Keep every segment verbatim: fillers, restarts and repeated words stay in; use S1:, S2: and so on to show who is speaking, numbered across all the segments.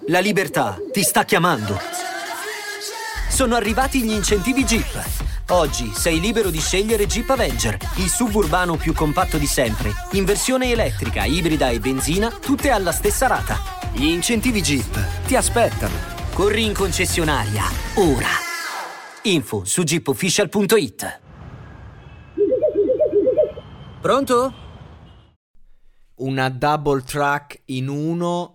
S1: La libertà ti sta chiamando. Sono arrivati gli incentivi Jeep. Oggi sei libero di scegliere Jeep Avenger, il suburbano più compatto di sempre, in versione elettrica, ibrida e benzina, tutte alla stessa rata. Gli incentivi Jeep ti aspettano. Corri in concessionaria, ora. Info su jeep official punto it. Pronto?
S2: Una double track in uno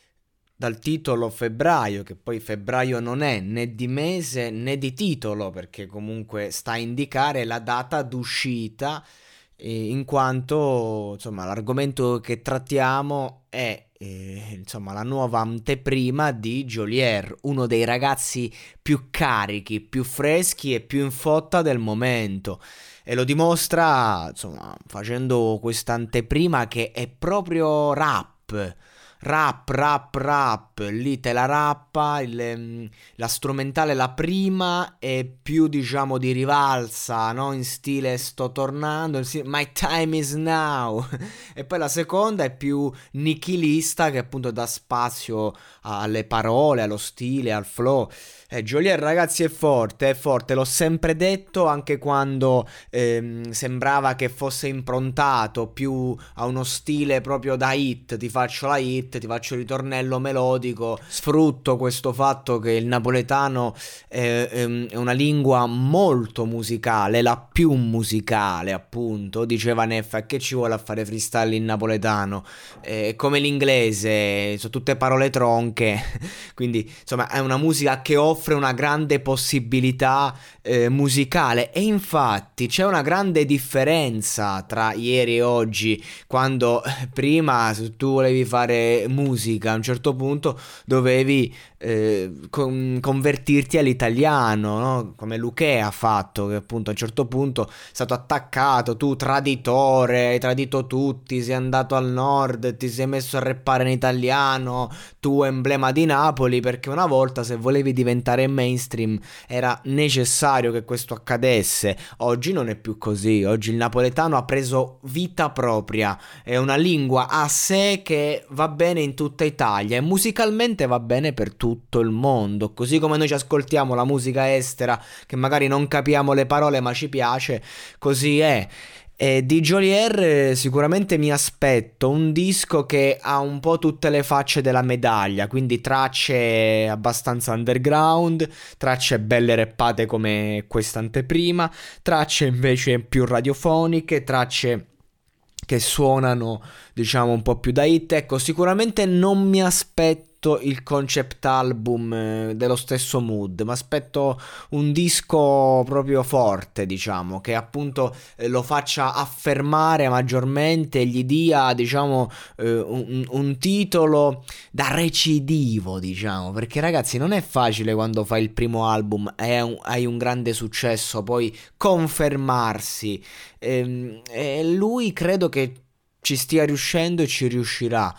S2: dal titolo Febbraio, che poi febbraio non è né di mese né di titolo, perché comunque sta a indicare la data d'uscita, eh, in quanto insomma l'argomento che trattiamo è eh, insomma la nuova anteprima di Geolier, uno dei ragazzi più carichi, più freschi e più in fotta del momento. E lo dimostra, insomma, facendo questa anteprima che è proprio rap. Rap, rap, rap, lì te la rappa, il, la strumentale, la prima è più diciamo di rivalsa, no? In stile sto tornando, in stile, my time is now. E poi la seconda è più nichilista, che appunto dà spazio alle parole, allo stile, al flow. Eh, Geolier ragazzi è forte, è forte, l'ho sempre detto, anche quando ehm, sembrava che fosse improntato più a uno stile proprio da hit, ti faccio la hit, ti faccio il ritornello melodico, sfrutto questo fatto che il napoletano è, è una lingua molto musicale, la più musicale appunto, diceva Neffa, che ci vuole a fare freestyle in napoletano, è come l'inglese, sono tutte parole tronche, quindi insomma è una musica che offre una grande possibilità eh, musicale. E infatti c'è una grande differenza tra ieri e oggi, quando prima se tu volevi fare musica a un certo punto dovevi eh, con- convertirti all'italiano, no? Come Luché ha fatto, che appunto a un certo punto è stato attaccato, tu traditore, hai tradito tutti, sei andato al nord, ti sei messo a rappare in italiano, tu emblema di Napoli, perché una volta se volevi diventare mainstream era necessario che questo accadesse. Oggi non è più così, oggi il napoletano ha preso vita propria, è una lingua a sé che va bene in tutta Italia e musicalmente va bene per tutto il mondo, così come noi ci ascoltiamo la musica estera che magari non capiamo le parole ma ci piace, così è. E di Geolier sicuramente mi aspetto un disco che ha un po' tutte le facce della medaglia, quindi tracce abbastanza underground, tracce belle rappate come questa anteprima, tracce invece più radiofoniche, tracce che suonano diciamo un po' più da hit. Ecco, sicuramente non mi aspetto il concept album eh, dello stesso mood, ma aspetto un disco proprio forte, diciamo, che appunto eh, lo faccia affermare maggiormente, gli dia diciamo eh, un, un titolo da recidivo, diciamo, perché ragazzi non è facile quando fai il primo album e hai un, hai un grande successo poi confermarsi. E, e lui credo che ci stia riuscendo e ci riuscirà,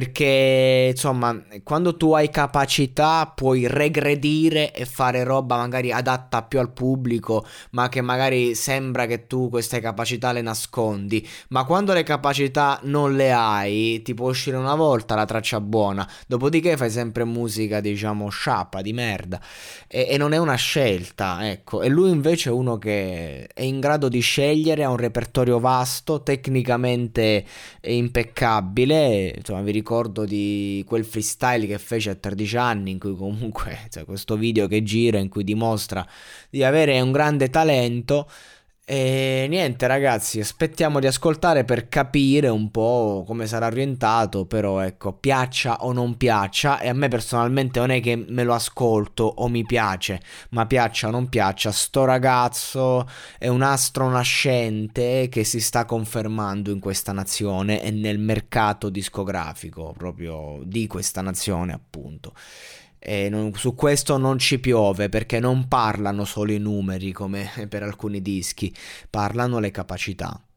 S2: perché insomma quando tu hai capacità puoi regredire e fare roba magari adatta più al pubblico, ma che magari sembra che tu queste capacità le nascondi, ma quando le capacità non le hai ti può uscire una volta la traccia buona, dopodiché fai sempre musica diciamo sciappa di merda e, e non è una scelta, ecco. E lui invece è uno che è in grado di scegliere, ha un repertorio vasto, tecnicamente è impeccabile. Insomma, vi ricordo di quel freestyle che fece a tredici anni, in cui comunque cioè, questo video che gira in cui dimostra di avere un grande talento. E niente ragazzi, aspettiamo di ascoltare per capire un po' come sarà orientato, però ecco, piaccia o non piaccia, e a me personalmente non è che me lo ascolto o mi piace, ma piaccia o non piaccia, sto ragazzo è un astro nascente che si sta confermando in questa nazione e nel mercato discografico proprio di questa nazione appunto. E non, su questo non ci piove, perché non parlano solo i numeri come per alcuni dischi, parlano le capacità.